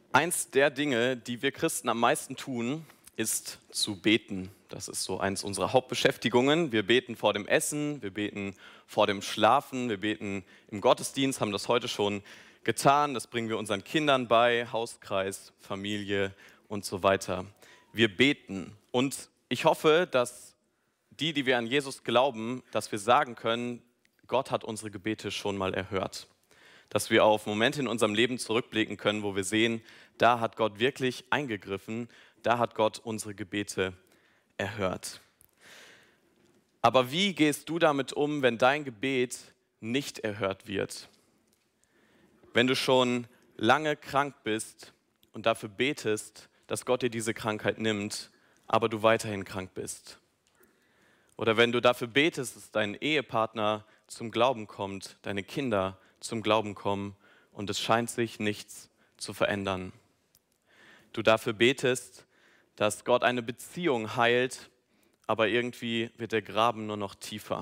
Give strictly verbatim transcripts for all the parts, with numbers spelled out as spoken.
Eins der Dinge, die wir Christen am meisten tun, ist zu beten. Das ist so eins unserer Hauptbeschäftigungen. Wir beten vor dem Essen, wir beten vor dem Schlafen, wir beten im Gottesdienst, haben das heute schon getan. Das bringen wir unseren Kindern bei, Hauskreis, Familie und so weiter. Wir beten. Und ich hoffe, dass die, die wir an Jesus glauben, dass wir sagen können, Gott hat unsere Gebete schon mal erhört. Dass wir auf Momente in unserem Leben zurückblicken können, wo wir sehen, da hat Gott wirklich eingegriffen, da hat Gott unsere Gebete erhört. Aber wie gehst du damit um, wenn dein Gebet nicht erhört wird? Wenn du schon lange krank bist und dafür betest, dass Gott dir diese Krankheit nimmt, aber du weiterhin krank bist. Oder wenn du dafür betest, dass dein Ehepartner zum Glauben kommt, deine Kinder zum Glauben kommen und es scheint sich nichts zu verändern. Du dafür betest, dass Gott eine Beziehung heilt, aber irgendwie wird der Graben nur noch tiefer.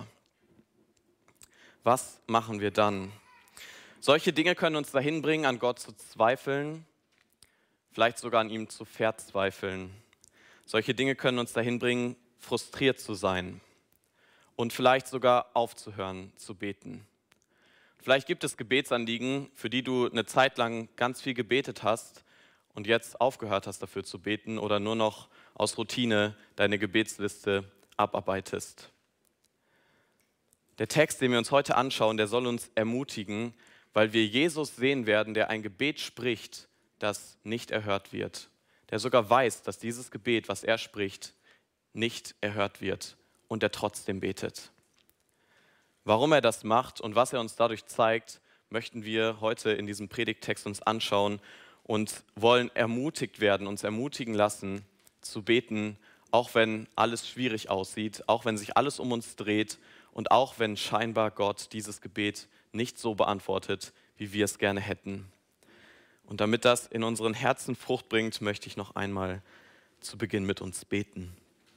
Was machen wir dann? Solche Dinge können uns dahin bringen, an Gott zu zweifeln, vielleicht sogar an ihm zu verzweifeln. Solche Dinge können uns dahin bringen, frustriert zu sein und vielleicht sogar aufzuhören zu beten. Vielleicht gibt es Gebetsanliegen, für die du eine Zeit lang ganz viel gebetet hast und jetzt aufgehört hast, dafür zu beten oder nur noch aus Routine deine Gebetsliste abarbeitest. Der Text, den wir uns heute anschauen, der soll uns ermutigen, weil wir Jesus sehen werden, der ein Gebet spricht, das nicht erhört wird. Der sogar weiß, dass dieses Gebet, was er spricht, nicht erhört wird und der trotzdem betet. Warum er das macht und was er uns dadurch zeigt, möchten wir heute in diesem Predigttext uns anschauen und wollen ermutigt werden, uns ermutigen lassen, zu beten, auch wenn alles schwierig aussieht, auch wenn sich alles um uns dreht und auch wenn scheinbar Gott dieses Gebet nicht so beantwortet, wie wir es gerne hätten. Und damit das in unseren Herzen Frucht bringt, möchte ich noch einmal zu Beginn mit uns beten.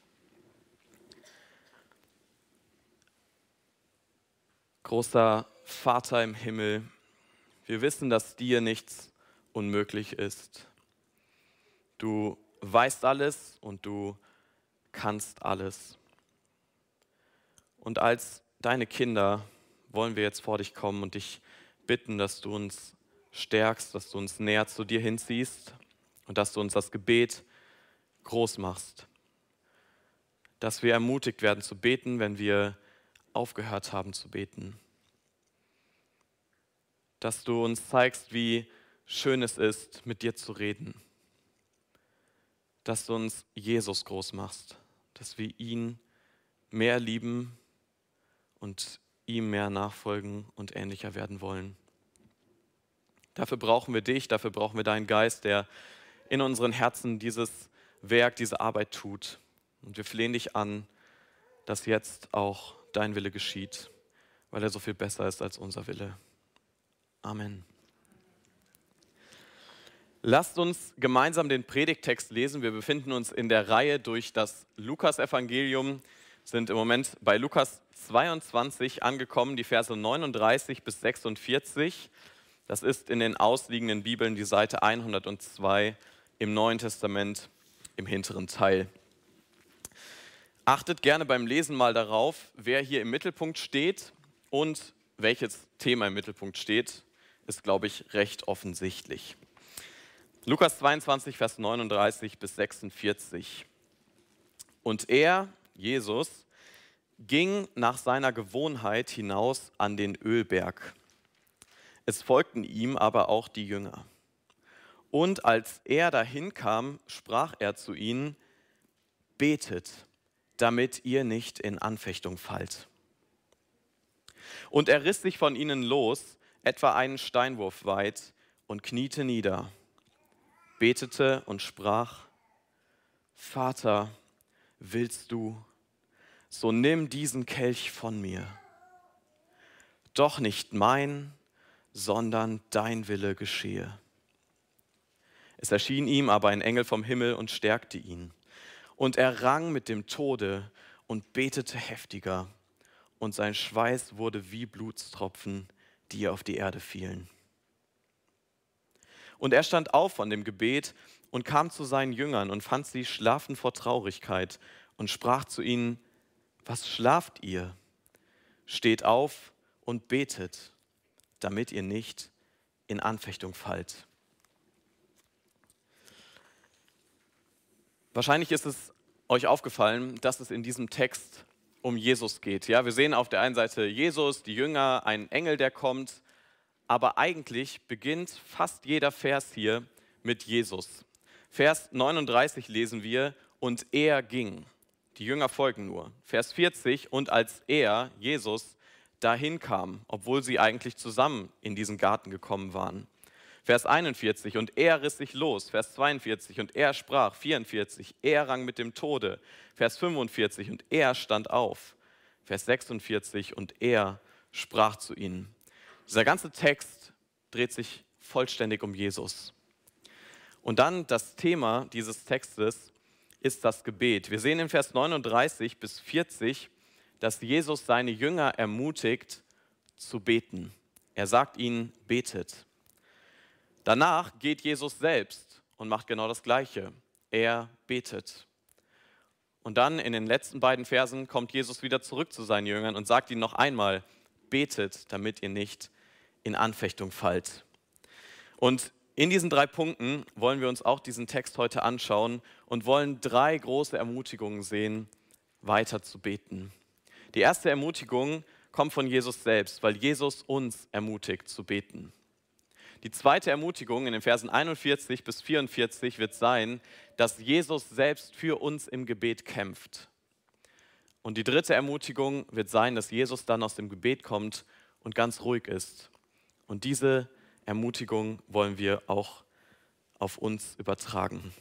Großer Vater im Himmel, wir wissen, dass dir nichts unmöglich ist. Du weißt alles und du kannst alles. Und als deine Kinder wollen wir jetzt vor dich kommen und dich bitten, dass du uns stärkst, dass du uns näher zu dir hinziehst und dass du uns das Gebet groß machst. Dass wir ermutigt werden zu beten, wenn wir aufgehört haben zu beten. Dass du uns zeigst, wie schön es ist, mit dir zu reden. Dass du uns Jesus groß machst, dass wir ihn mehr lieben und ihm mehr nachfolgen und ähnlicher werden wollen. Dafür brauchen wir dich, dafür brauchen wir deinen Geist, der in unseren Herzen dieses Werk, diese Arbeit tut. Und wir flehen dich an, dass jetzt auch dein Wille geschieht, weil er so viel besser ist als unser Wille. Amen. Lasst uns gemeinsam den Predigttext lesen. Wir befinden uns in der Reihe durch das Lukas-Evangelium, sind im Moment bei Lukas zweiundzwanzig angekommen, die Verse neununddreißig bis sechsundvierzig. Das ist in den ausliegenden Bibeln die Seite hundertzwei im Neuen Testament im hinteren Teil. Achtet gerne beim Lesen mal darauf, wer hier im Mittelpunkt steht und welches Thema im Mittelpunkt steht, ist, glaube ich, recht offensichtlich. Lukas zweiundzwanzig, Vers neununddreißig bis sechsundvierzig. Und er, Jesus, ging nach seiner Gewohnheit hinaus an den Ölberg. Es folgten ihm aber auch die Jünger. Und als er dahin kam, sprach er zu ihnen: Betet, damit ihr nicht in Anfechtung fallt. Und er riss sich von ihnen los, etwa einen Steinwurf weit, und kniete nieder, betete und sprach: Vater, willst du, so nimm diesen Kelch von mir. Doch nicht mein, sondern dein Wille geschehe. Es erschien ihm aber ein Engel vom Himmel und stärkte ihn. Und er rang mit dem Tode und betete heftiger. Und sein Schweiß wurde wie Blutstropfen, die auf die Erde fielen. Und er stand auf von dem Gebet und kam zu seinen Jüngern und fand sie schlafen vor Traurigkeit und sprach zu ihnen: Was schlaft ihr? Steht auf und betet, damit ihr nicht in Anfechtung fallt. Wahrscheinlich ist es euch aufgefallen, dass es in diesem Text um Jesus geht. Ja, wir sehen auf der einen Seite Jesus, die Jünger, einen Engel, der kommt, aber eigentlich beginnt fast jeder Vers hier mit Jesus. Vers neununddreißig lesen wir: Und er ging. Die Jünger folgen nur. Vers vierzig: Und als er, Jesus, dahin kam, obwohl sie eigentlich zusammen in diesen Garten gekommen waren. Vers einundvierzig: Und er riss sich los. Vers zweiundvierzig: Und er sprach. vierundvierzig: Er rang mit dem Tode. Vers fünfundvierzig: Und er stand auf. Vers sechsundvierzig: Und er sprach zu ihnen. Dieser ganze Text dreht sich vollständig um Jesus. Und dann das Thema dieses Textes ist das Gebet. Wir sehen in Vers neununddreißig bis vierzig, dass Jesus seine Jünger ermutigt zu beten. Er sagt ihnen: Betet. Danach geht Jesus selbst und macht genau das Gleiche. Er betet. Und dann in den letzten beiden Versen kommt Jesus wieder zurück zu seinen Jüngern und sagt ihnen noch einmal: Betet, damit ihr nicht in Anfechtung fallt. Und in diesen drei Punkten wollen wir uns auch diesen Text heute anschauen und wollen drei große Ermutigungen sehen, weiter zu beten. Die erste Ermutigung kommt von Jesus selbst, weil Jesus uns ermutigt zu beten. Die zweite Ermutigung in den Versen einundvierzig bis vierundvierzig wird sein, dass Jesus selbst für uns im Gebet kämpft. Und die dritte Ermutigung wird sein, dass Jesus dann aus dem Gebet kommt und ganz ruhig ist. Und diese Ermutigung wollen wir auch auf uns übertragen.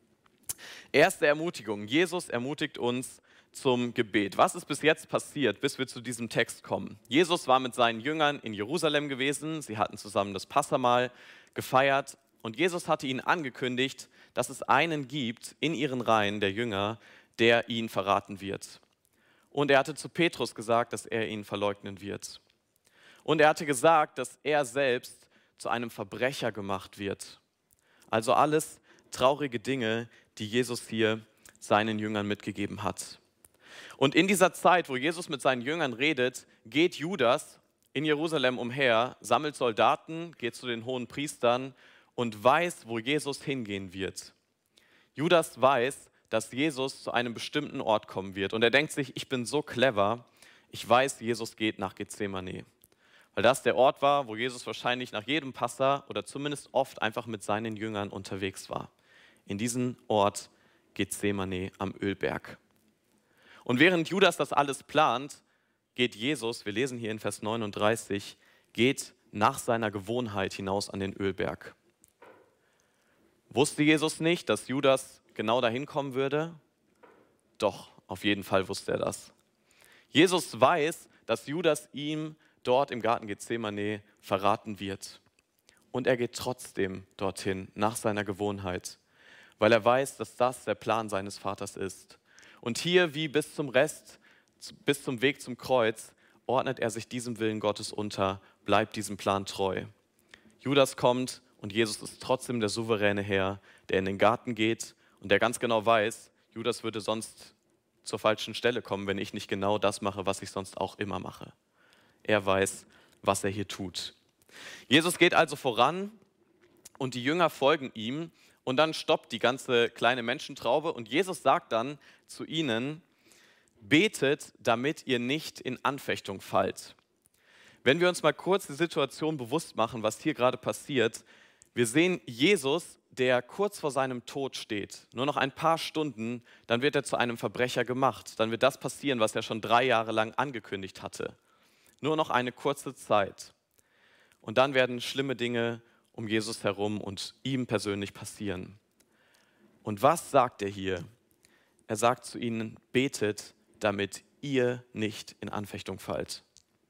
Erste Ermutigung: Jesus ermutigt uns zum Gebet. Was ist bis jetzt passiert, bis wir zu diesem Text kommen? Jesus war mit seinen Jüngern in Jerusalem gewesen. Sie hatten zusammen das Passahmahl gefeiert. Und Jesus hatte ihnen angekündigt, dass es einen gibt in ihren Reihen der Jünger, der ihn verraten wird. Und er hatte zu Petrus gesagt, dass er ihn verleugnen wird. Und er hatte gesagt, dass er selbst zu einem Verbrecher gemacht wird. Also alles traurige Dinge, die Jesus hier seinen Jüngern mitgegeben hat. Und in dieser Zeit, wo Jesus mit seinen Jüngern redet, geht Judas in Jerusalem umher, sammelt Soldaten, geht zu den hohen Priestern und weiß, wo Jesus hingehen wird. Judas weiß, dass Jesus zu einem bestimmten Ort kommen wird. Und er denkt sich: Ich bin so clever, ich weiß, Jesus geht nach Gethsemane. Weil das der Ort war, wo Jesus wahrscheinlich nach jedem Passa oder zumindest oft einfach mit seinen Jüngern unterwegs war. In diesen Ort Gethsemane am Ölberg. Und während Judas das alles plant, geht Jesus, wir lesen hier in Vers neununddreißig, geht nach seiner Gewohnheit hinaus an den Ölberg. Wusste Jesus nicht, dass Judas genau dahin kommen würde? Doch, auf jeden Fall wusste er das. Jesus weiß, dass Judas ihm dort im Garten Gethsemane verraten wird. Und er geht trotzdem dorthin, nach seiner Gewohnheit, weil er weiß, dass das der Plan seines Vaters ist. Und hier, wie bis zum Rest, bis zum Weg zum Kreuz, ordnet er sich diesem Willen Gottes unter, bleibt diesem Plan treu. Judas kommt und Jesus ist trotzdem der souveräne Herr, der in den Garten geht und der ganz genau weiß, Judas würde sonst zur falschen Stelle kommen, wenn ich nicht genau das mache, was ich sonst auch immer mache. Er weiß, was er hier tut. Jesus geht also voran und die Jünger folgen ihm. Und dann stoppt die ganze kleine Menschentraube und Jesus sagt dann zu ihnen: Betet, damit ihr nicht in Anfechtung fallt. Wenn wir uns mal kurz die Situation bewusst machen, was hier gerade passiert, wir sehen Jesus, der kurz vor seinem Tod steht. Nur noch ein paar Stunden, dann wird er zu einem Verbrecher gemacht. Dann wird das passieren, was er schon drei Jahre lang angekündigt hatte. Nur noch eine kurze Zeit. Und dann werden schlimme Dinge um Jesus herum und ihm persönlich passieren. Und was sagt er hier? Er sagt zu ihnen: Betet, damit ihr nicht in Anfechtung fallt.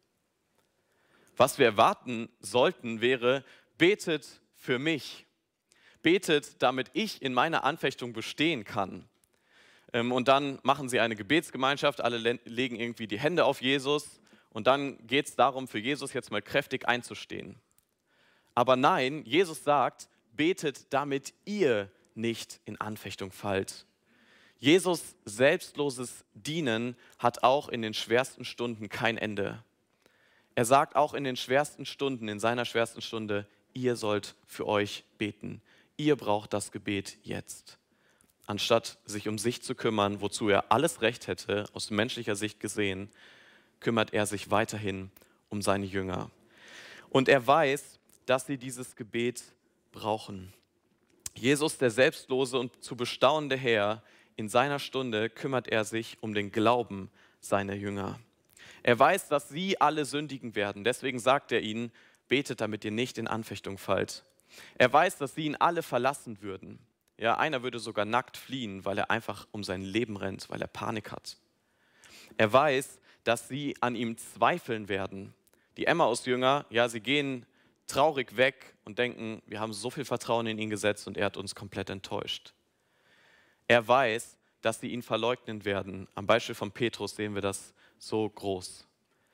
Was wir erwarten sollten, wäre: Betet für mich. Betet, damit ich in meiner Anfechtung bestehen kann. Und dann machen sie eine Gebetsgemeinschaft, alle legen irgendwie die Hände auf Jesus und dann geht es darum, für Jesus jetzt mal kräftig einzustehen. Aber nein, Jesus sagt: betet, damit ihr nicht in Anfechtung fallt. Jesus selbstloses Dienen hat auch in den schwersten Stunden kein Ende. Er sagt auch in den schwersten Stunden, in seiner schwersten Stunde, ihr sollt für euch beten. Ihr braucht das Gebet jetzt. Anstatt sich um sich zu kümmern, wozu er alles Recht hätte, aus menschlicher Sicht gesehen, kümmert er sich weiterhin um seine Jünger. Und er weiß, dass sie dieses Gebet brauchen. Jesus, der selbstlose und zu bestaunende Herr, in seiner Stunde kümmert er sich um den Glauben seiner Jünger. Er weiß, dass sie alle sündigen werden. Deswegen sagt er ihnen, betet, damit ihr nicht in Anfechtung fallt. Er weiß, dass sie ihn alle verlassen würden. Ja, einer würde sogar nackt fliehen, weil er einfach um sein Leben rennt, weil er Panik hat. Er weiß, dass sie an ihm zweifeln werden. Die Emmaus-Jünger, ja, sie gehen traurig weg und denken, wir haben so viel Vertrauen in ihn gesetzt und er hat uns komplett enttäuscht. Er weiß, dass sie ihn verleugnen werden. Am Beispiel von Petrus sehen wir das so groß.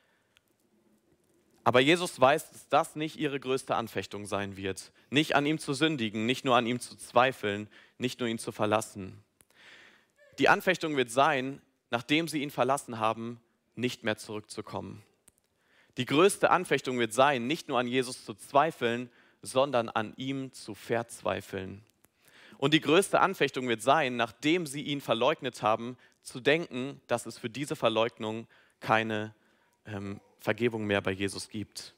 Aber Jesus weiß, dass das nicht ihre größte Anfechtung sein wird. Nicht an ihm zu sündigen, nicht nur an ihm zu zweifeln, nicht nur ihn zu verlassen. Die Anfechtung wird sein, nachdem sie ihn verlassen haben, nicht mehr zurückzukommen. Die größte Anfechtung wird sein, nicht nur an Jesus zu zweifeln, sondern an ihm zu verzweifeln. Und die größte Anfechtung wird sein, nachdem sie ihn verleugnet haben, zu denken, dass es für diese Verleugnung keine ähm, Vergebung mehr bei Jesus gibt.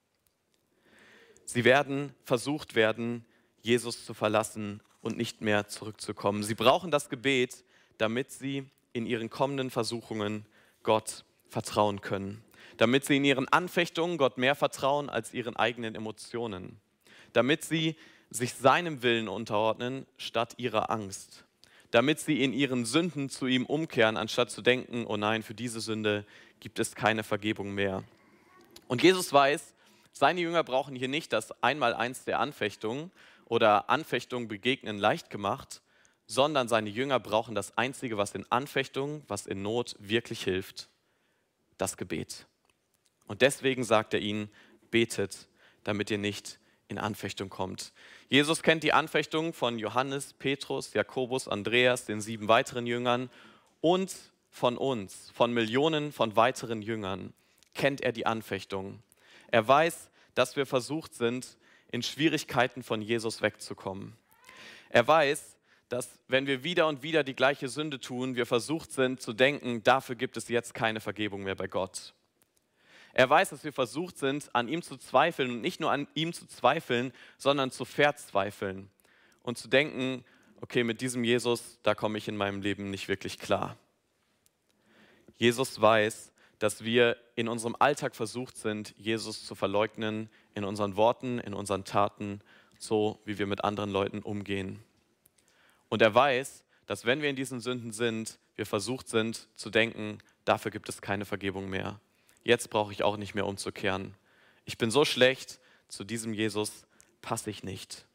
Sie werden versucht werden, Jesus zu verlassen und nicht mehr zurückzukommen. Sie brauchen das Gebet, damit sie in ihren kommenden Versuchungen Gott vertrauen können. Damit sie in ihren Anfechtungen Gott mehr vertrauen als ihren eigenen Emotionen. Damit sie sich seinem Willen unterordnen, statt ihrer Angst. Damit sie in ihren Sünden zu ihm umkehren, anstatt zu denken, oh nein, für diese Sünde gibt es keine Vergebung mehr. Und Jesus weiß, seine Jünger brauchen hier nicht das Einmaleins der Anfechtung oder Anfechtung begegnen leicht gemacht, sondern seine Jünger brauchen das Einzige, was in Anfechtung, was in Not wirklich hilft, das Gebet. Und deswegen sagt er ihnen, betet, damit ihr nicht in Anfechtung kommt. Jesus kennt die Anfechtung von Johannes, Petrus, Jakobus, Andreas, den sieben weiteren Jüngern und von uns, von Millionen von weiteren Jüngern, kennt er die Anfechtung. Er weiß, dass wir versucht sind, in Schwierigkeiten von Jesus wegzukommen. Er weiß, dass wenn wir wieder und wieder die gleiche Sünde tun, wir versucht sind zu denken, dafür gibt es jetzt keine Vergebung mehr bei Gott. Er weiß, dass wir versucht sind, an ihm zu zweifeln und nicht nur an ihm zu zweifeln, sondern zu verzweifeln und zu denken, okay, mit diesem Jesus, da komme ich in meinem Leben nicht wirklich klar. Jesus weiß, dass wir in unserem Alltag versucht sind, Jesus zu verleugnen, in unseren Worten, in unseren Taten, so wie wir mit anderen Leuten umgehen. Und er weiß, dass wenn wir in diesen Sünden sind, wir versucht sind zu denken, dafür gibt es keine Vergebung mehr. Jetzt brauche ich auch nicht mehr umzukehren. Ich bin so schlecht, zu diesem Jesus passe ich nicht.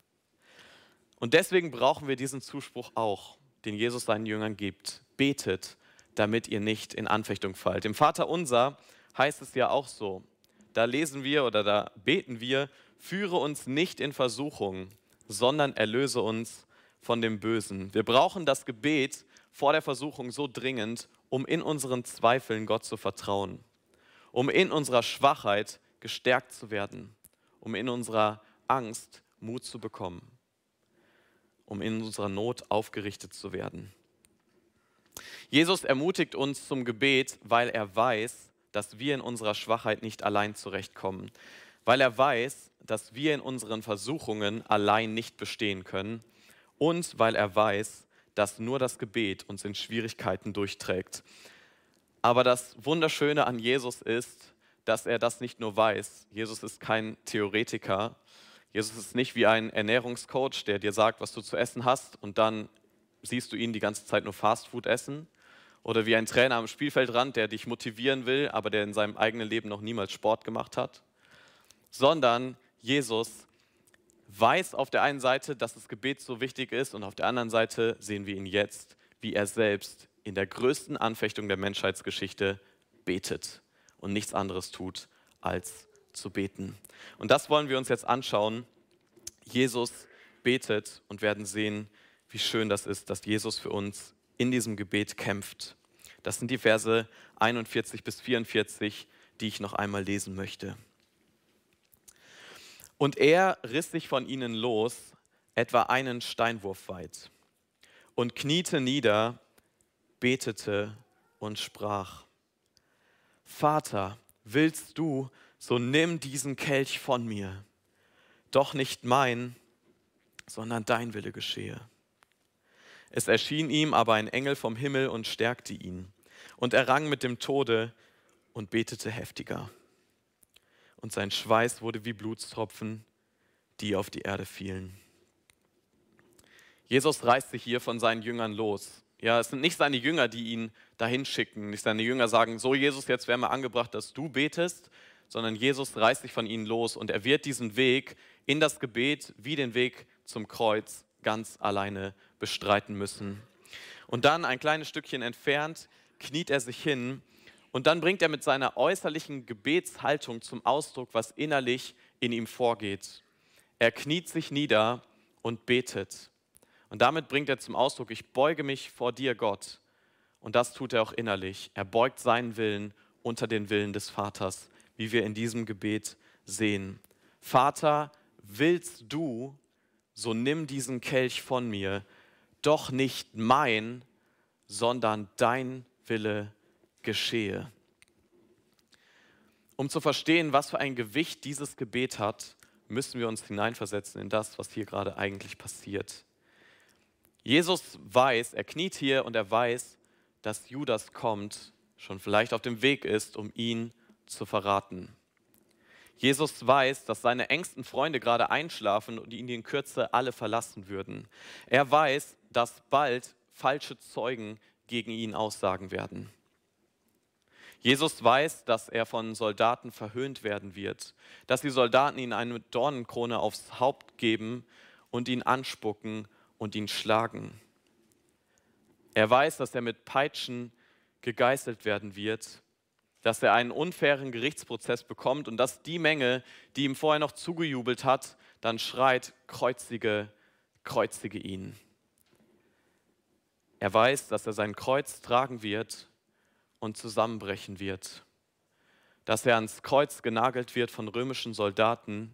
Und deswegen brauchen wir diesen Zuspruch auch, den Jesus seinen Jüngern gibt. Betet, damit ihr nicht in Anfechtung fallt. Im Vaterunser heißt es ja auch so. Da lesen wir oder da beten wir, führe uns nicht in Versuchung, sondern erlöse uns von dem Bösen. Wir brauchen das Gebet vor der Versuchung so dringend, um in unseren Zweifeln Gott zu vertrauen. Um in unserer Schwachheit gestärkt zu werden, um in unserer Angst Mut zu bekommen, um in unserer Not aufgerichtet zu werden. Jesus ermutigt uns zum Gebet, weil er weiß, dass wir in unserer Schwachheit nicht allein zurechtkommen, weil er weiß, dass wir in unseren Versuchungen allein nicht bestehen können und weil er weiß, dass nur das Gebet uns in Schwierigkeiten durchträgt. Aber das Wunderschöne an Jesus ist, dass er das nicht nur weiß. Jesus ist kein Theoretiker. Jesus ist nicht wie ein Ernährungscoach, der dir sagt, was du zu essen hast und dann siehst du ihn die ganze Zeit nur Fastfood essen. Oder wie ein Trainer am Spielfeldrand, der dich motivieren will, aber der in seinem eigenen Leben noch niemals Sport gemacht hat. Sondern Jesus weiß auf der einen Seite, dass das Gebet so wichtig ist und auf der anderen Seite sehen wir ihn jetzt, wie er selbst in der größten Anfechtung der Menschheitsgeschichte betet und nichts anderes tut, als zu beten. Und das wollen wir uns jetzt anschauen. Jesus betet und werden sehen, wie schön das ist, dass Jesus für uns in diesem Gebet kämpft. Das sind die Verse einundvierzig bis vierundvierzig, die ich noch einmal lesen möchte. Und er riss sich von ihnen los, etwa einen Steinwurf weit, und kniete nieder, betete und sprach: Vater, willst du, so nimm diesen Kelch von mir. Doch nicht mein, sondern dein Wille geschehe. Es erschien ihm aber ein Engel vom Himmel und stärkte ihn. Und er rang mit dem Tode und betete heftiger. Und sein Schweiß wurde wie Blutstropfen, die auf die Erde fielen. Jesus reißt sich hier von seinen Jüngern los. Ja, es sind nicht seine Jünger, die ihn dahin schicken. Nicht seine Jünger sagen: So Jesus, jetzt wäre mal angebracht, dass du betest. Sondern Jesus reißt sich von ihnen los und er wird diesen Weg in das Gebet wie den Weg zum Kreuz ganz alleine bestreiten müssen. Und dann ein kleines Stückchen entfernt kniet er sich hin und dann bringt er mit seiner äußerlichen Gebetshaltung zum Ausdruck, was innerlich in ihm vorgeht. Er kniet sich nieder und betet. Und damit bringt er zum Ausdruck: Ich beuge mich vor dir, Gott. Und das tut er auch innerlich. Er beugt seinen Willen unter den Willen des Vaters, wie wir in diesem Gebet sehen. Vater, willst du, so nimm diesen Kelch von mir, doch nicht mein, sondern dein Wille geschehe. Um zu verstehen, was für ein Gewicht dieses Gebet hat, müssen wir uns hineinversetzen in das, was hier gerade eigentlich passiert. Jesus weiß, er kniet hier und er weiß, dass Judas kommt, schon vielleicht auf dem Weg ist, um ihn zu verraten. Jesus weiß, dass seine engsten Freunde gerade einschlafen und ihn in Kürze alle verlassen würden. Er weiß, dass bald falsche Zeugen gegen ihn aussagen werden. Jesus weiß, dass er von Soldaten verhöhnt werden wird, dass die Soldaten ihm eine Dornenkrone aufs Haupt geben und ihn anspucken und ihn schlagen. Er weiß, dass er mit Peitschen gegeißelt werden wird, dass er einen unfairen Gerichtsprozess bekommt und dass die Menge, die ihm vorher noch zugejubelt hat, dann schreit: Kreuzige, kreuzige ihn. Er weiß, dass er sein Kreuz tragen wird und zusammenbrechen wird, dass er ans Kreuz genagelt wird von römischen Soldaten,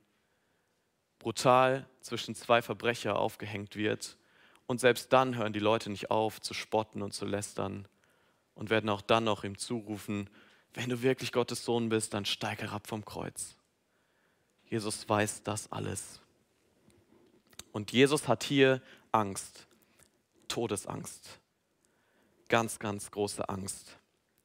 brutal zwischen zwei Verbrecher aufgehängt wird, und selbst dann hören die Leute nicht auf zu spotten und zu lästern und werden auch dann noch ihm zurufen: Wenn du wirklich Gottes Sohn bist, dann steig herab vom Kreuz. Jesus weiß das alles. Und Jesus hat hier Angst, Todesangst, ganz, ganz große Angst.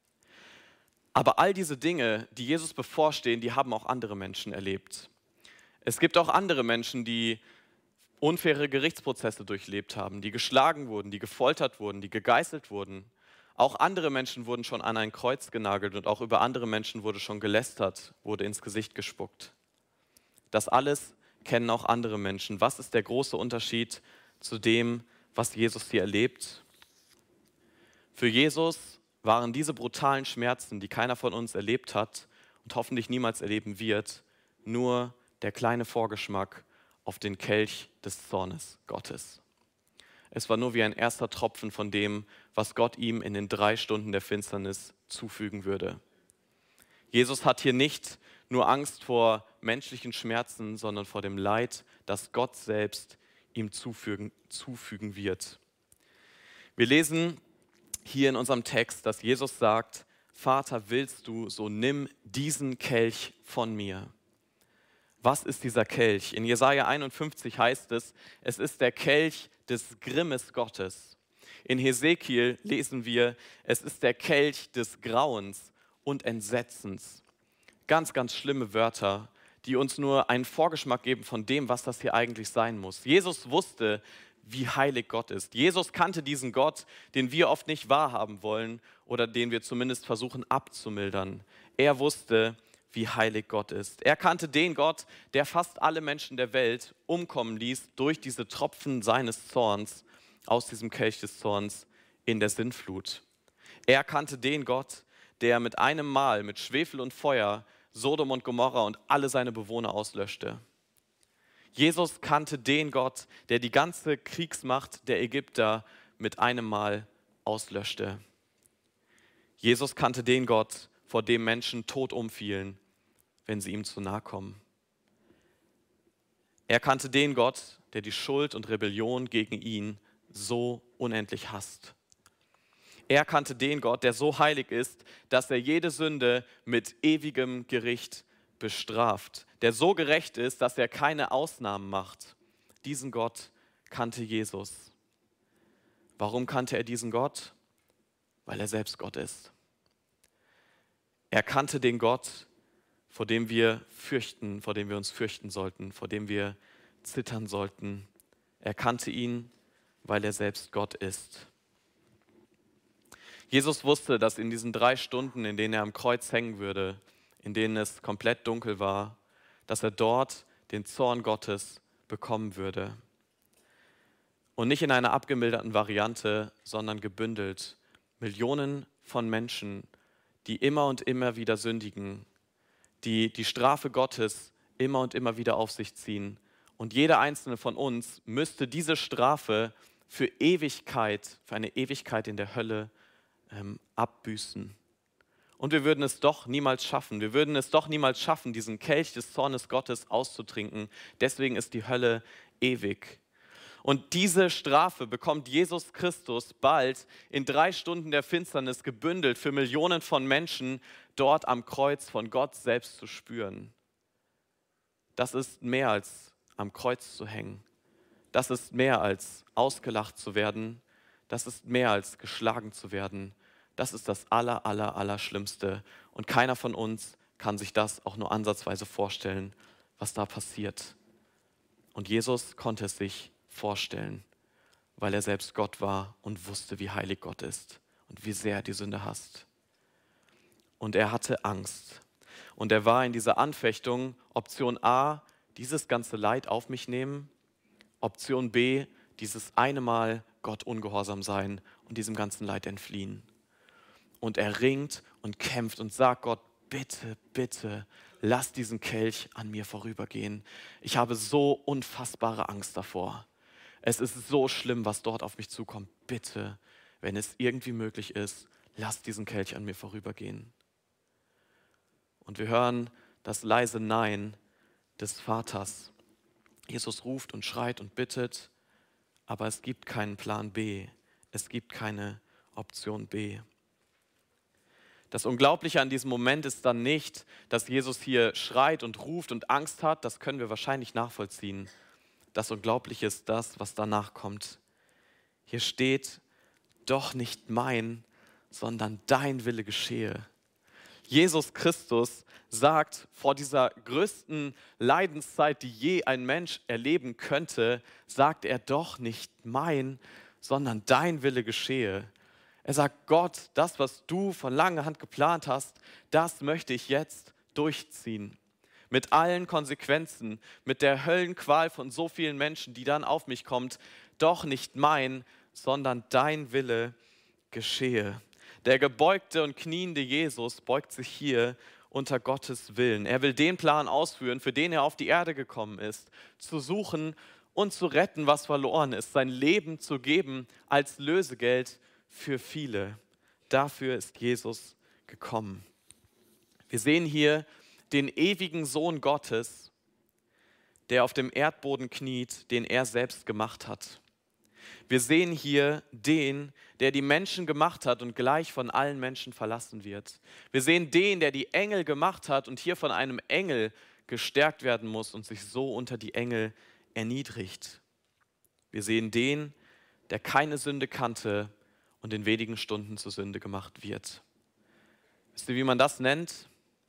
Aber all diese Dinge, die Jesus bevorstehen, die haben auch andere Menschen erlebt. Es gibt auch andere Menschen, die unfaire Gerichtsprozesse durchlebt haben, die geschlagen wurden, die gefoltert wurden, die gegeißelt wurden. Auch andere Menschen wurden schon an ein Kreuz genagelt und auch über andere Menschen wurde schon gelästert, wurde ins Gesicht gespuckt. Das alles kennen auch andere Menschen. Was ist der große Unterschied zu dem, was Jesus hier erlebt? Für Jesus waren diese brutalen Schmerzen, die keiner von uns erlebt hat und hoffentlich niemals erleben wird, nur der kleine Vorgeschmack auf den Kelch des Zornes Gottes. Es war nur wie ein erster Tropfen von dem, was Gott ihm in den drei Stunden der Finsternis zufügen würde. Jesus hat hier nicht nur Angst vor menschlichen Schmerzen, sondern vor dem Leid, das Gott selbst ihm zufügen, zufügen wird. Wir lesen hier in unserem Text, dass Jesus sagt: Vater, willst du, so nimm diesen Kelch von mir. Was ist dieser Kelch? In Jesaja einundfünfzig heißt es, es ist der Kelch des Grimmes Gottes. In Hesekiel lesen wir, es ist der Kelch des Grauens und Entsetzens. Ganz, ganz schlimme Wörter, die uns nur einen Vorgeschmack geben von dem, was das hier eigentlich sein muss. Jesus wusste, wie heilig Gott ist. Jesus kannte diesen Gott, den wir oft nicht wahrhaben wollen oder den wir zumindest versuchen abzumildern. Er wusste, wie heilig Gott ist. Er kannte den Gott, der fast alle Menschen der Welt umkommen ließ durch diese Tropfen seines Zorns, aus diesem Kelch des Zorns in der Sintflut. Er kannte den Gott, der mit einem Mal mit Schwefel und Feuer Sodom und Gomorra und alle seine Bewohner auslöschte. Jesus kannte den Gott, der die ganze Kriegsmacht der Ägypter mit einem Mal auslöschte. Jesus kannte den Gott, vor dem Menschen tot umfielen, wenn sie ihm zu nahe kommen. Er kannte den Gott, der die Schuld und Rebellion gegen ihn so unendlich hasst. Er kannte den Gott, der so heilig ist, dass er jede Sünde mit ewigem Gericht bestraft, der so gerecht ist, dass er keine Ausnahmen macht. Diesen Gott kannte Jesus. Warum kannte er diesen Gott? Weil er selbst Gott ist. Er kannte den Gott, vor dem wir fürchten, vor dem wir uns fürchten sollten, vor dem wir zittern sollten. Er kannte ihn, weil er selbst Gott ist. Jesus wusste, dass in diesen drei Stunden, in denen er am Kreuz hängen würde, in denen es komplett dunkel war, dass er dort den Zorn Gottes bekommen würde. Und nicht in einer abgemilderten Variante, sondern gebündelt. Millionen von Menschen, die immer und immer wieder sündigen, die die Strafe Gottes immer und immer wieder auf sich ziehen. Und jeder einzelne von uns müsste diese Strafe für Ewigkeit, für eine Ewigkeit in der Hölle ähm, abbüßen. Und wir würden es doch niemals schaffen. Wir würden es doch niemals schaffen, diesen Kelch des Zornes Gottes auszutrinken. Deswegen ist die Hölle ewig. Und diese Strafe bekommt Jesus Christus bald in drei Stunden der Finsternis gebündelt für Millionen von Menschen dort am Kreuz von Gott selbst zu spüren. Das ist mehr als am Kreuz zu hängen. Das ist mehr als ausgelacht zu werden. Das ist mehr als geschlagen zu werden. Das ist das aller, aller, aller Schlimmste. Und keiner von uns kann sich das auch nur ansatzweise vorstellen, was da passiert. Und Jesus konnte es sich vorstellen, weil er selbst Gott war und wusste, wie heilig Gott ist und wie sehr er die Sünde hasst. Und er hatte Angst. Und er war in dieser Anfechtung, Option A, dieses ganze Leid auf mich nehmen, Option B, dieses eine Mal Gott ungehorsam sein und diesem ganzen Leid entfliehen. Und er ringt und kämpft und sagt Gott, bitte, bitte, lass diesen Kelch an mir vorübergehen. Ich habe so unfassbare Angst davor. Es ist so schlimm, was dort auf mich zukommt. Bitte, wenn es irgendwie möglich ist, lass diesen Kelch an mir vorübergehen. Und wir hören das leise Nein des Vaters. Jesus ruft und schreit und bittet, aber es gibt keinen Plan B. Es gibt keine Option B. Das Unglaubliche an diesem Moment ist dann nicht, dass Jesus hier schreit und ruft und Angst hat. Das können wir wahrscheinlich nachvollziehen. Das Unglaubliche ist das, was danach kommt. Hier steht, doch nicht mein, sondern dein Wille geschehe. Jesus Christus sagt vor dieser größten Leidenszeit, die je ein Mensch erleben könnte, sagt er doch nicht mein, sondern dein Wille geschehe. Er sagt, Gott, das, was du von langer Hand geplant hast, das möchte ich jetzt durchziehen. Mit allen Konsequenzen, mit der Höllenqual von so vielen Menschen, die dann auf mich kommt, doch nicht mein, sondern dein Wille geschehe. Der gebeugte und kniende Jesus beugt sich hier unter Gottes Willen. Er will den Plan ausführen, für den er auf die Erde gekommen ist, zu suchen und zu retten, was verloren ist, sein Leben zu geben als Lösegeld für viele. Dafür ist Jesus gekommen. Wir sehen hier den ewigen Sohn Gottes, der auf dem Erdboden kniet, den er selbst gemacht hat. Wir sehen hier den, der die Menschen gemacht hat und gleich von allen Menschen verlassen wird. Wir sehen den, der die Engel gemacht hat und hier von einem Engel gestärkt werden muss und sich so unter die Engel erniedrigt. Wir sehen den, der keine Sünde kannte und in wenigen Stunden zur Sünde gemacht wird. Wisst ihr, wie man das nennt?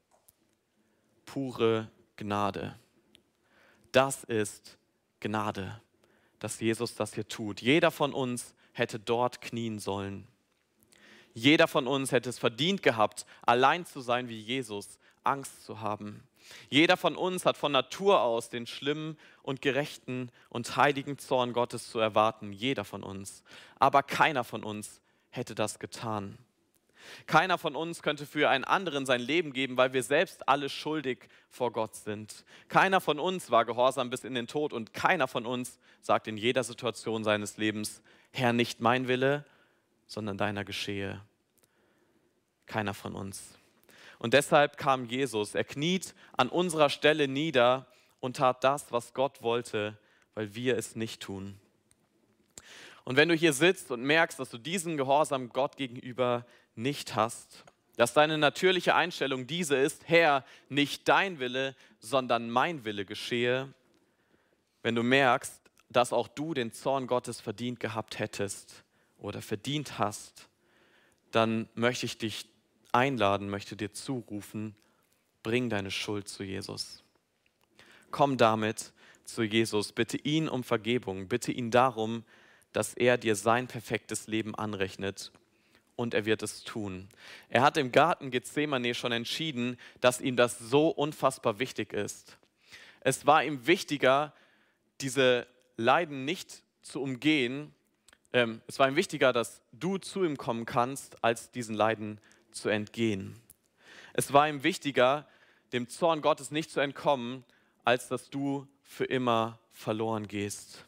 Pure Gnade. Das ist Gnade, dass Jesus das hier tut. Jeder von uns hätte dort knien sollen. Jeder von uns hätte es verdient gehabt, allein zu sein wie Jesus, Angst zu haben. Jeder von uns hat von Natur aus den schlimmen und gerechten und heiligen Zorn Gottes zu erwarten. Jeder von uns. Aber keiner von uns hätte das getan. Keiner von uns könnte für einen anderen sein Leben geben, weil wir selbst alle schuldig vor Gott sind. Keiner von uns war gehorsam bis in den Tod und keiner von uns sagt in jeder Situation seines Lebens, Herr, nicht mein Wille, sondern deiner geschehe. Keiner von uns. Und deshalb kam Jesus. Er kniet an unserer Stelle nieder und tat das, was Gott wollte, weil wir es nicht tun. Und wenn du hier sitzt und merkst, dass du diesen Gehorsam Gott gegenüber nicht hast, dass deine natürliche Einstellung diese ist, Herr, nicht dein Wille, sondern mein Wille geschehe, wenn du merkst, dass auch du den Zorn Gottes verdient gehabt hättest oder verdient hast, dann möchte ich dich einladen, möchte dir zurufen, bring deine Schuld zu Jesus. Komm damit zu Jesus, bitte ihn um Vergebung, bitte ihn darum, dass er dir sein perfektes Leben anrechnet und er wird es tun. Er hat im Garten Gethsemane schon entschieden, dass ihm das so unfassbar wichtig ist. Es war ihm wichtiger, diese Leiden nicht zu umgehen. Ähm, es war ihm wichtiger, dass du zu ihm kommen kannst, als diesen Leiden zu entgehen. Es war ihm wichtiger, dem Zorn Gottes nicht zu entkommen, als dass du für immer verloren gehst.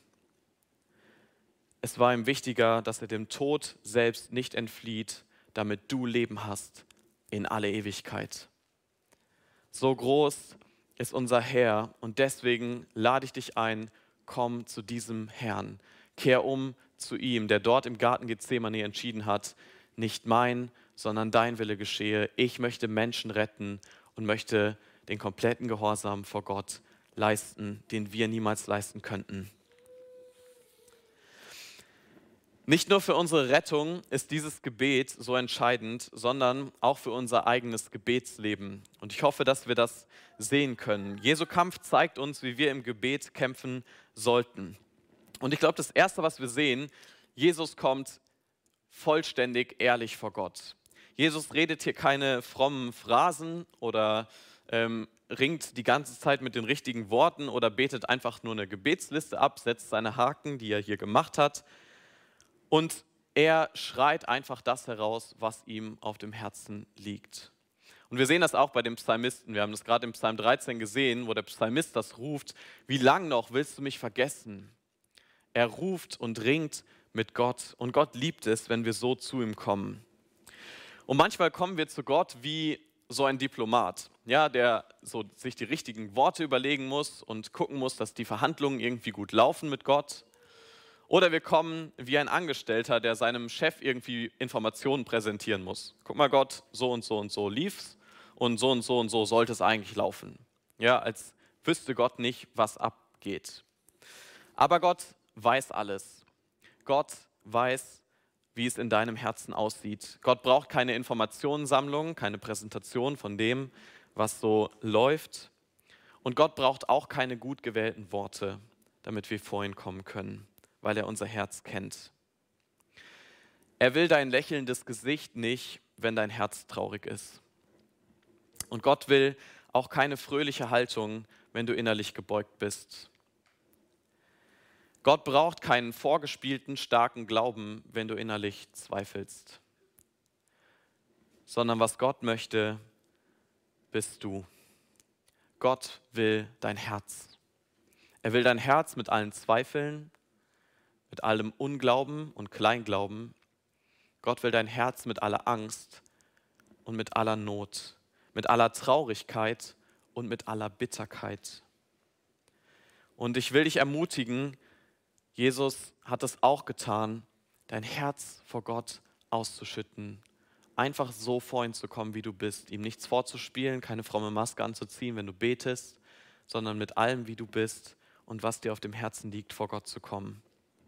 Es war ihm wichtiger, dass er dem Tod selbst nicht entflieht, damit du Leben hast in alle Ewigkeit. So groß ist unser Herr und deswegen lade ich dich ein, komm zu diesem Herrn. Kehr um zu ihm, der dort im Garten Gethsemane entschieden hat, nicht mein, sondern dein Wille geschehe. Ich möchte Menschen retten und möchte den kompletten Gehorsam vor Gott leisten, den wir niemals leisten könnten. Nicht nur für unsere Rettung ist dieses Gebet so entscheidend, sondern auch für unser eigenes Gebetsleben. Und ich hoffe, dass wir das sehen können. Jesu Kampf zeigt uns, wie wir im Gebet kämpfen sollten. Und ich glaube, das Erste, was wir sehen, Jesus kommt vollständig ehrlich vor Gott. Jesus redet hier keine frommen Phrasen oder ähm, ringt die ganze Zeit mit den richtigen Worten oder betet einfach nur eine Gebetsliste ab, setzt seine Haken, die er hier gemacht hat. Und er schreit einfach das heraus, was ihm auf dem Herzen liegt. Und wir sehen das auch bei dem Psalmisten. Wir haben das gerade im Psalm dreizehn gesehen, wo der Psalmist das ruft. Wie lang noch willst du mich vergessen? Er ruft und ringt mit Gott. Und Gott liebt es, wenn wir so zu ihm kommen. Und manchmal kommen wir zu Gott wie so ein Diplomat, ja, der so sich die richtigen Worte überlegen muss und gucken muss, dass die Verhandlungen irgendwie gut laufen mit Gott. Oder wir kommen wie ein Angestellter, der seinem Chef irgendwie Informationen präsentieren muss. Guck mal Gott, so und so und so lief's und so und so und so sollte es eigentlich laufen. Ja, als wüsste Gott nicht, was abgeht. Aber Gott weiß alles. Gott weiß, wie es in deinem Herzen aussieht. Gott braucht keine Informationssammlung, keine Präsentation von dem, was so läuft. Und Gott braucht auch keine gut gewählten Worte, damit wir vor ihn kommen können, weil er unser Herz kennt. Er will dein lächelndes Gesicht nicht, wenn dein Herz traurig ist. Und Gott will auch keine fröhliche Haltung, wenn du innerlich gebeugt bist. Gott braucht keinen vorgespielten, starken Glauben, wenn du innerlich zweifelst. Sondern was Gott möchte, bist du. Gott will dein Herz. Er will dein Herz mit allen Zweifeln, mit allem Unglauben und Kleinglauben. Gott will dein Herz mit aller Angst und mit aller Not, mit aller Traurigkeit und mit aller Bitterkeit. Und ich will dich ermutigen, Jesus hat es auch getan, dein Herz vor Gott auszuschütten. Einfach so vor ihn zu kommen, wie du bist. Ihm nichts vorzuspielen, keine fromme Maske anzuziehen, wenn du betest, sondern mit allem, wie du bist und was dir auf dem Herzen liegt, vor Gott zu kommen.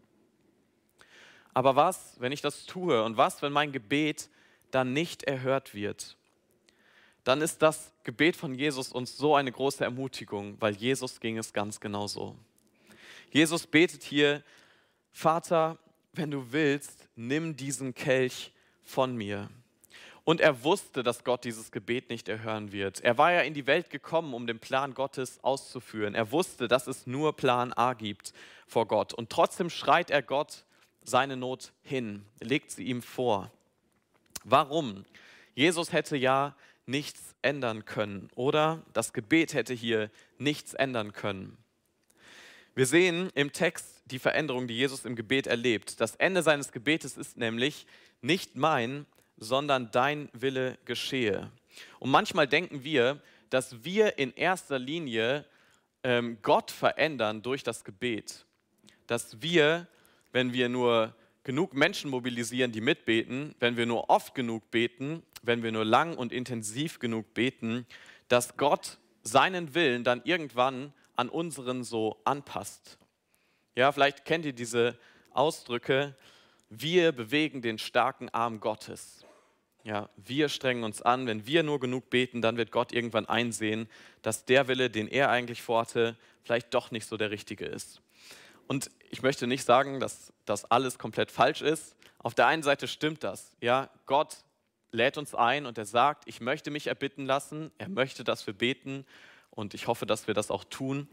Aber was, wenn ich das tue und was, wenn mein Gebet dann nicht erhört wird? Dann ist das Gebet von Jesus uns so eine große Ermutigung, weil Jesus ging es ganz genauso. Jesus betet hier, Vater, wenn du willst, nimm diesen Kelch von mir. Und er wusste, dass Gott dieses Gebet nicht erhören wird. Er war ja in die Welt gekommen, um den Plan Gottes auszuführen. Er wusste, dass es nur Plan A gibt vor Gott. Und trotzdem schreit er Gott seine Not hin, legt sie ihm vor. Warum? Jesus hätte ja nichts ändern können, oder? Das Gebet hätte hier nichts ändern können. Wir sehen im Text die Veränderung, die Jesus im Gebet erlebt. Das Ende seines Gebetes ist nämlich: nicht mein, sondern dein Wille geschehe. Und manchmal denken wir, dass wir in erster Linie ähm, Gott verändern durch das Gebet. Dass wir, wenn wir nur genug Menschen mobilisieren, die mitbeten, wenn wir nur oft genug beten, wenn wir nur lang und intensiv genug beten, dass Gott seinen Willen dann irgendwann an unseren so anpasst. Ja, vielleicht kennt ihr diese Ausdrücke: wir bewegen den starken Arm Gottes. Ja, wir strengen uns an, wenn wir nur genug beten, dann wird Gott irgendwann einsehen, dass der Wille, den er eigentlich vorhatte, vielleicht doch nicht so der richtige ist. Und ich möchte nicht sagen, dass das alles komplett falsch ist. Auf der einen Seite stimmt das. Ja, Gott lädt uns ein und er sagt: ich möchte mich erbitten lassen, er möchte, dass wir beten, und ich hoffe, dass wir das auch tun.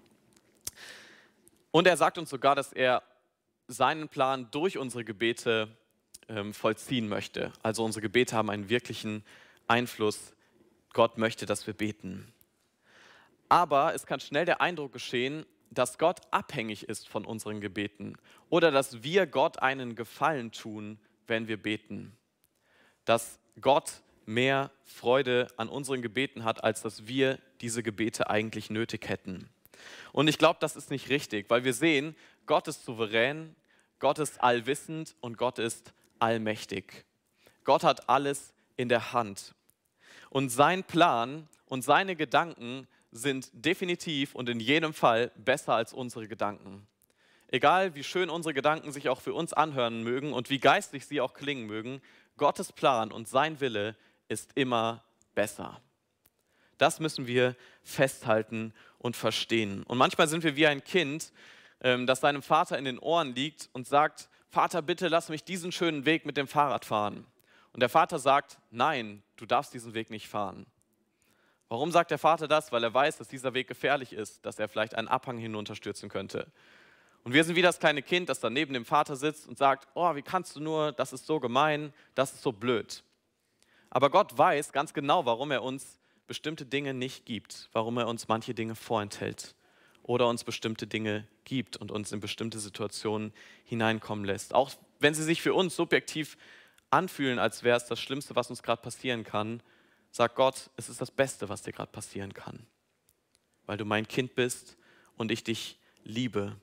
Und er sagt uns sogar, dass er seinen Plan durch unsere Gebete ähm, vollziehen möchte. Also unsere Gebete haben einen wirklichen Einfluss. Gott möchte, dass wir beten. Aber es kann schnell der Eindruck geschehen, dass Gott abhängig ist von unseren Gebeten oder dass wir Gott einen Gefallen tun, wenn wir beten. Dass Gott mehr Freude an unseren Gebeten hat, als dass wir diese Gebete eigentlich nötig hätten. Und ich glaube, das ist nicht richtig, weil wir sehen, Gott ist souverän, Gott ist allwissend und Gott ist allmächtig. Gott hat alles in der Hand. Und sein Plan und seine Gedanken sind definitiv und in jedem Fall besser als unsere Gedanken. Egal, wie schön unsere Gedanken sich auch für uns anhören mögen und wie geistlich sie auch klingen mögen, Gottes Plan und sein Wille ist immer besser. Das müssen wir festhalten und verstehen. Und manchmal sind wir wie ein Kind, das seinem Vater in den Ohren liegt und sagt: Vater, bitte lass mich diesen schönen Weg mit dem Fahrrad fahren. Und der Vater sagt: nein, du darfst diesen Weg nicht fahren. Warum sagt der Vater das? Weil er weiß, dass dieser Weg gefährlich ist, dass er vielleicht einen Abhang hinunterstürzen könnte. Und wir sind wie das kleine Kind, das dann neben dem Vater sitzt und sagt: oh, wie kannst du nur, das ist so gemein, das ist so blöd. Aber Gott weiß ganz genau, warum er uns bestimmte Dinge nicht gibt, warum er uns manche Dinge vorenthält oder uns bestimmte Dinge gibt und uns in bestimmte Situationen hineinkommen lässt. Auch wenn sie sich für uns subjektiv anfühlen, als wäre es das Schlimmste, was uns gerade passieren kann, sagt Gott: es ist das Beste, was dir gerade passieren kann, weil du mein Kind bist und ich dich liebe.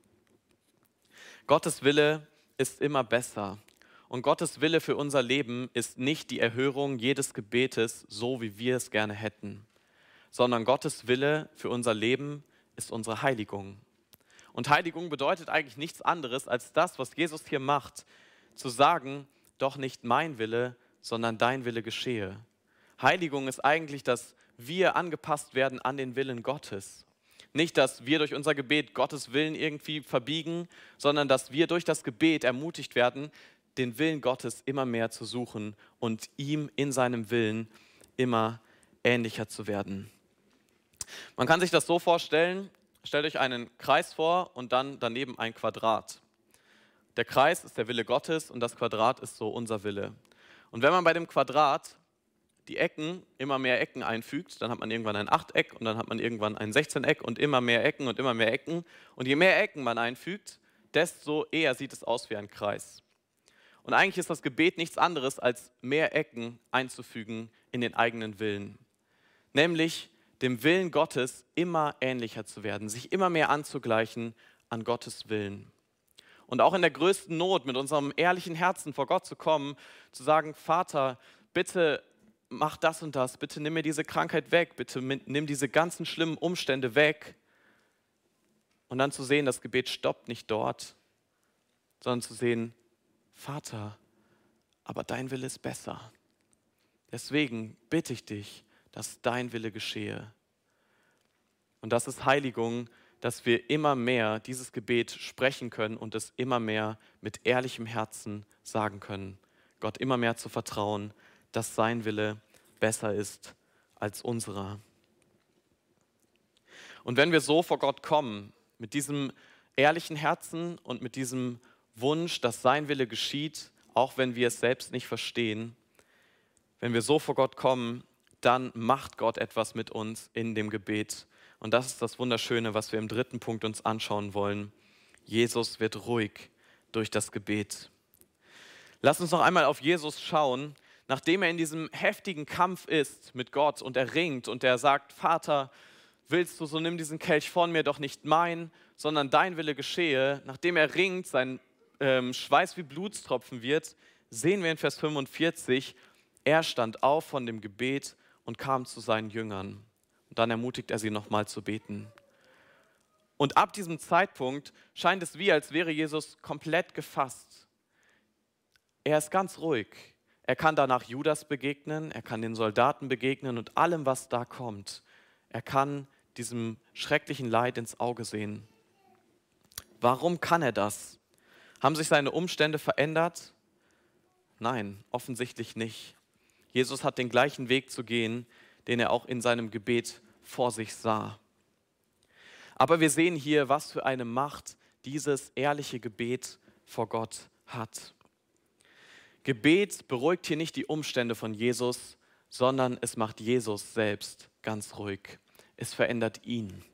Gottes Wille ist immer besser. Und Gottes Wille für unser Leben ist nicht die Erhörung jedes Gebetes, so wie wir es gerne hätten, sondern Gottes Wille für unser Leben ist unsere Heiligung. Und Heiligung bedeutet eigentlich nichts anderes als das, was Jesus hier macht, zu sagen: doch nicht mein Wille, sondern dein Wille geschehe. Heiligung ist eigentlich, dass wir angepasst werden an den Willen Gottes. Nicht, dass wir durch unser Gebet Gottes Willen irgendwie verbiegen, sondern dass wir durch das Gebet ermutigt werden, den Willen Gottes immer mehr zu suchen und ihm in seinem Willen immer ähnlicher zu werden. Man kann sich das so vorstellen: stellt euch einen Kreis vor und dann daneben ein Quadrat. Der Kreis ist der Wille Gottes und das Quadrat ist so unser Wille. Und wenn man bei dem Quadrat die Ecken, immer mehr Ecken einfügt, dann hat man irgendwann ein Achteck und dann hat man irgendwann ein Sechzehneck und immer mehr Ecken und immer mehr Ecken. Und je mehr Ecken man einfügt, desto eher sieht es aus wie ein Kreis. Und eigentlich ist das Gebet nichts anderes, als mehr Ecken einzufügen in den eigenen Willen. Nämlich dem Willen Gottes immer ähnlicher zu werden, sich immer mehr anzugleichen an Gottes Willen. Und auch in der größten Not mit unserem ehrlichen Herzen vor Gott zu kommen, zu sagen: Vater, bitte mach das und das, bitte nimm mir diese Krankheit weg, bitte nimm diese ganzen schlimmen Umstände weg. Und dann zu sehen, das Gebet stoppt nicht dort, sondern zu sehen: Vater, aber dein Wille ist besser. Deswegen bitte ich dich, dass dein Wille geschehe. Und das ist Heiligung, dass wir immer mehr dieses Gebet sprechen können und es immer mehr mit ehrlichem Herzen sagen können. Gott immer mehr zu vertrauen, dass sein Wille besser ist als unserer. Und wenn wir so vor Gott kommen, mit diesem ehrlichen Herzen und mit diesem Wunsch, dass sein Wille geschieht, auch wenn wir es selbst nicht verstehen, wenn wir so vor Gott kommen, dann macht Gott etwas mit uns in dem Gebet. Und das ist das Wunderschöne, was wir im dritten Punkt uns anschauen wollen. Jesus wird ruhig durch das Gebet. Lass uns noch einmal auf Jesus schauen, nachdem er in diesem heftigen Kampf ist mit Gott und er ringt und er sagt, Vater, willst du, so nimm diesen Kelch von mir, doch nicht mein, sondern dein Wille geschehe. Nachdem er ringt, sein ähm, Schweiß wie Blutstropfen wird, sehen wir in Vers fünfundvierzig, er stand auf von dem Gebet und kam zu seinen Jüngern. Und dann ermutigt er sie nochmal zu beten. Und ab diesem Zeitpunkt scheint es wie, als wäre Jesus komplett gefasst. Er ist ganz ruhig. Er kann danach Judas begegnen, er kann den Soldaten begegnen und allem, was da kommt. Er kann diesem schrecklichen Leid ins Auge sehen. Warum kann er das? Haben sich seine Umstände verändert? Nein, offensichtlich nicht. Jesus hat den gleichen Weg zu gehen, den er auch in seinem Gebet vor sich sah. Aber wir sehen hier, was für eine Macht dieses ehrliche Gebet vor Gott hat. Gebet beruhigt hier nicht die Umstände von Jesus, sondern es macht Jesus selbst ganz ruhig. Es verändert ihn.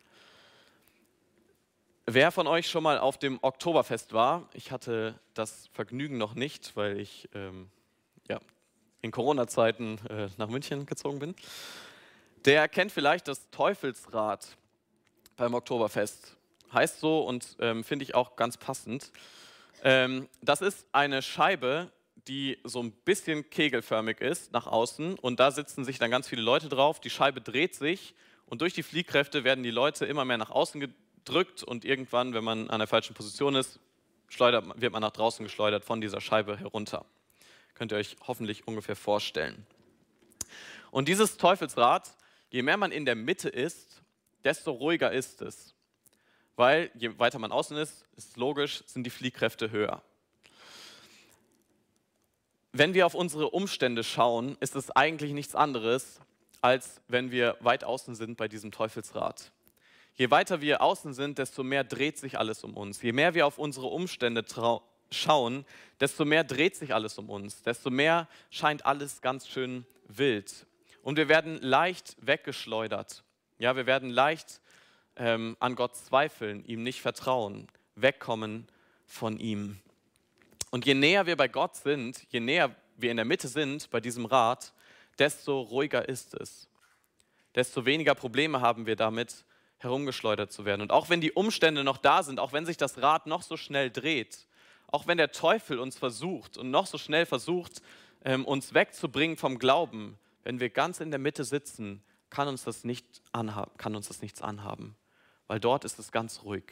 Wer von euch schon mal auf dem Oktoberfest war? Ich hatte das Vergnügen noch nicht, weil ich ähm, ja, in Corona-Zeiten äh, nach München gezogen bin. Der kennt vielleicht das Teufelsrad beim Oktoberfest. Heißt so und ähm, finde ich auch ganz passend. Ähm, das ist eine Scheibe, die so ein bisschen kegelförmig ist nach außen und da sitzen sich dann ganz viele Leute drauf. Die Scheibe dreht sich und durch die Fliehkräfte werden die Leute immer mehr nach außen gedrückt und irgendwann, wenn man an der falschen Position ist, schleudert, wird man nach draußen geschleudert von dieser Scheibe herunter. Könnt ihr euch hoffentlich ungefähr vorstellen. Und dieses Teufelsrad, je mehr man in der Mitte ist, desto ruhiger ist es. Weil je weiter man außen ist, ist logisch, sind die Fliehkräfte höher. Wenn wir auf unsere Umstände schauen, ist es eigentlich nichts anderes, als wenn wir weit außen sind bei diesem Teufelsrad. Je weiter wir außen sind, desto mehr dreht sich alles um uns. Je mehr wir auf unsere Umstände trau- schauen, desto mehr dreht sich alles um uns. Desto mehr scheint alles ganz schön wild. Und wir werden leicht weggeschleudert. Ja, wir werden leicht ähm, an Gott zweifeln, ihm nicht vertrauen, wegkommen von ihm. Und je näher wir bei Gott sind, je näher wir in der Mitte sind bei diesem Rad, desto ruhiger ist es. Desto weniger Probleme haben wir damit, herumgeschleudert zu werden. Und auch wenn die Umstände noch da sind, auch wenn sich das Rad noch so schnell dreht, auch wenn der Teufel uns versucht und noch so schnell versucht, ähm, uns wegzubringen vom Glauben, wenn wir ganz in der Mitte sitzen, kann uns das nicht anhaben, kann uns das nichts anhaben, weil dort ist es ganz ruhig.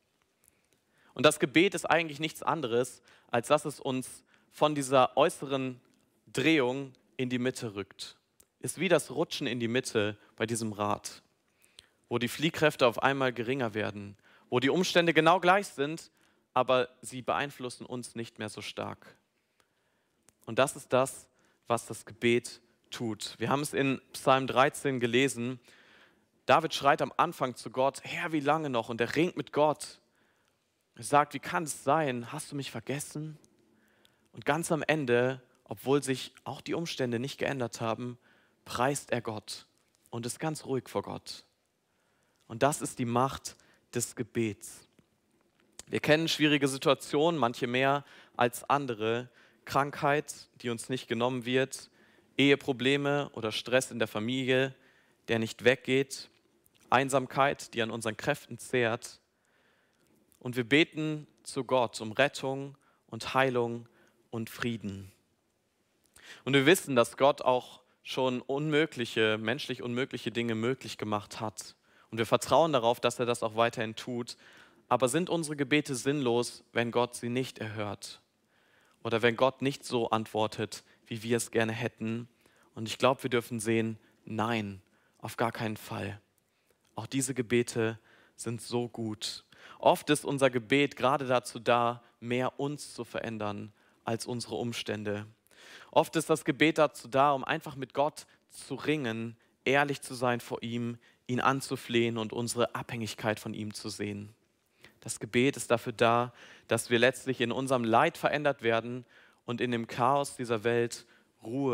Und das Gebet ist eigentlich nichts anderes, als dass es uns von dieser äußeren Drehung in die Mitte rückt. Ist wie das Rutschen in die Mitte bei diesem Rad, wo die Fliehkräfte auf einmal geringer werden, wo die Umstände genau gleich sind, aber sie beeinflussen uns nicht mehr so stark. Und das ist das, was das Gebet tut. Wir haben es in Psalm dreizehn gelesen. David schreit am Anfang zu Gott, Herr, wie lange noch? Und er ringt mit Gott. Er sagt, wie kann es sein? Hast du mich vergessen? Und ganz am Ende, obwohl sich auch die Umstände nicht geändert haben, preist er Gott und ist ganz ruhig vor Gott. Und das ist die Macht des Gebets. Wir kennen schwierige Situationen, manche mehr als andere. Krankheit, die uns nicht genommen wird, Eheprobleme oder Stress in der Familie, der nicht weggeht, Einsamkeit, die an unseren Kräften zehrt. Und wir beten zu Gott um Rettung und Heilung und Frieden. Und wir wissen, dass Gott auch schon unmögliche, menschlich unmögliche Dinge möglich gemacht hat. Und wir vertrauen darauf, dass er das auch weiterhin tut. Aber sind unsere Gebete sinnlos, wenn Gott sie nicht erhört? Oder wenn Gott nicht so antwortet, wie wir es gerne hätten? Und ich glaube, wir dürfen sehen, nein, auf gar keinen Fall. Auch diese Gebete sind so gut. Oft ist unser Gebet gerade dazu da, mehr uns zu verändern als unsere Umstände. Oft ist das Gebet dazu da, um einfach mit Gott zu ringen, ehrlich zu sein vor ihm, ihn anzuflehen und unsere Abhängigkeit von ihm zu sehen. Das Gebet ist dafür da, dass wir letztlich in unserem Leid verändert werden und in dem Chaos dieser Welt Ruhe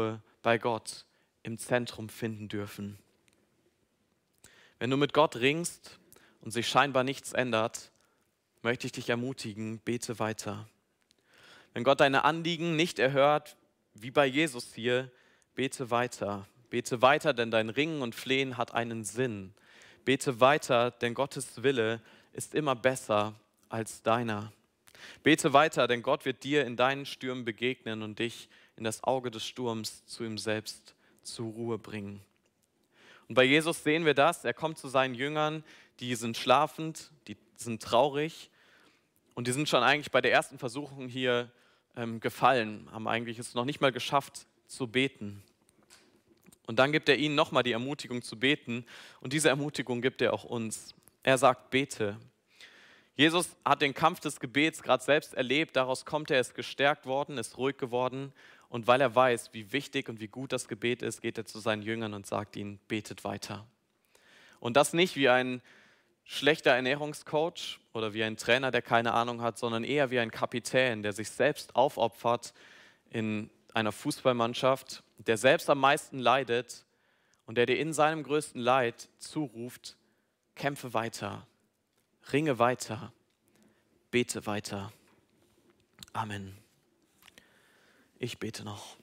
bei Gott im Zentrum finden dürfen. Wenn du mit Gott ringst und sich scheinbar nichts ändert, möchte ich dich ermutigen, bete weiter. Wenn Gott deine Anliegen nicht erhört, wie bei Jesus hier, bete weiter. Bete weiter, denn dein Ringen und Flehen hat einen Sinn. Bete weiter, denn Gottes Wille ist immer besser als deiner. Bete weiter, denn Gott wird dir in deinen Stürmen begegnen und dich in das Auge des Sturms zu ihm selbst zur Ruhe bringen. Und bei Jesus sehen wir das, er kommt zu seinen Jüngern, die sind schlafend, die sind traurig und die sind schon eigentlich bei der ersten Versuchung hier ähm, gefallen, haben eigentlich es noch nicht mal geschafft zu beten. Und dann gibt er ihnen nochmal die Ermutigung zu beten und diese Ermutigung gibt er auch uns. Er sagt, bete. Jesus hat den Kampf des Gebets gerade selbst erlebt, daraus kommt er, ist gestärkt worden, ist ruhig geworden und weil er weiß, wie wichtig und wie gut das Gebet ist, geht er zu seinen Jüngern und sagt ihnen, betet weiter. Und das nicht wie ein schlechter Ernährungscoach oder wie ein Trainer, der keine Ahnung hat, sondern eher wie ein Kapitän, der sich selbst aufopfert in einer Fußballmannschaft, der selbst am meisten leidet und der dir in seinem größten Leid zuruft, kämpfe weiter, ringe weiter, bete weiter. Amen. Ich bete noch.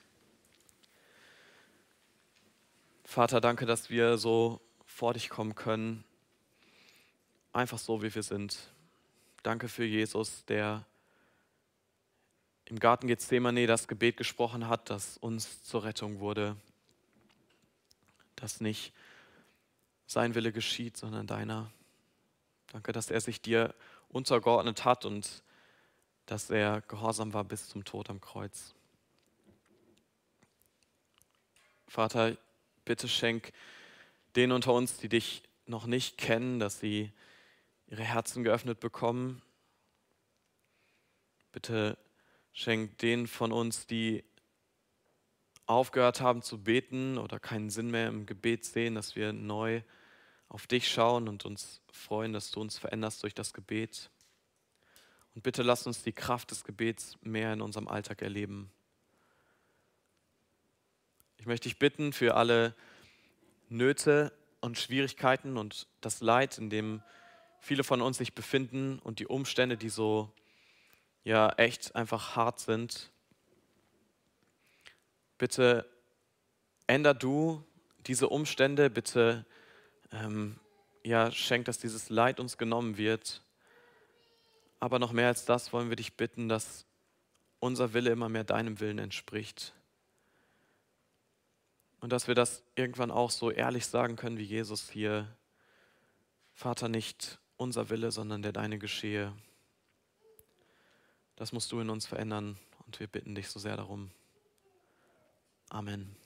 Vater, danke, dass wir so vor dich kommen können, einfach so, wie wir sind. Danke für Jesus, der im Garten Gethsemane das Gebet gesprochen hat, das uns zur Rettung wurde, dass nicht sein Wille geschieht, sondern deiner. Danke, dass er sich dir untergeordnet hat und dass er gehorsam war bis zum Tod am Kreuz. Vater, bitte schenk denen unter uns, die dich noch nicht kennen, dass sie ihre Herzen geöffnet bekommen. Bitte schenk denen von uns, die aufgehört haben zu beten oder keinen Sinn mehr im Gebet sehen, dass wir neu auf dich schauen und uns freuen, dass du uns veränderst durch das Gebet. Und bitte lass uns die Kraft des Gebets mehr in unserem Alltag erleben. Ich möchte dich bitten für alle Nöte und Schwierigkeiten und das Leid, in dem viele von uns sich befinden und die Umstände, die so ja echt einfach hart sind. Bitte änder du diese Umstände, bitte ähm, ja, schenk, dass dieses Leid uns genommen wird. Aber noch mehr als das wollen wir dich bitten, dass unser Wille immer mehr deinem Willen entspricht. Und dass wir das irgendwann auch so ehrlich sagen können wie Jesus hier. Vater, nicht unser Wille, sondern der deine geschehe. Das musst du in uns verändern und wir bitten dich so sehr darum. Amen.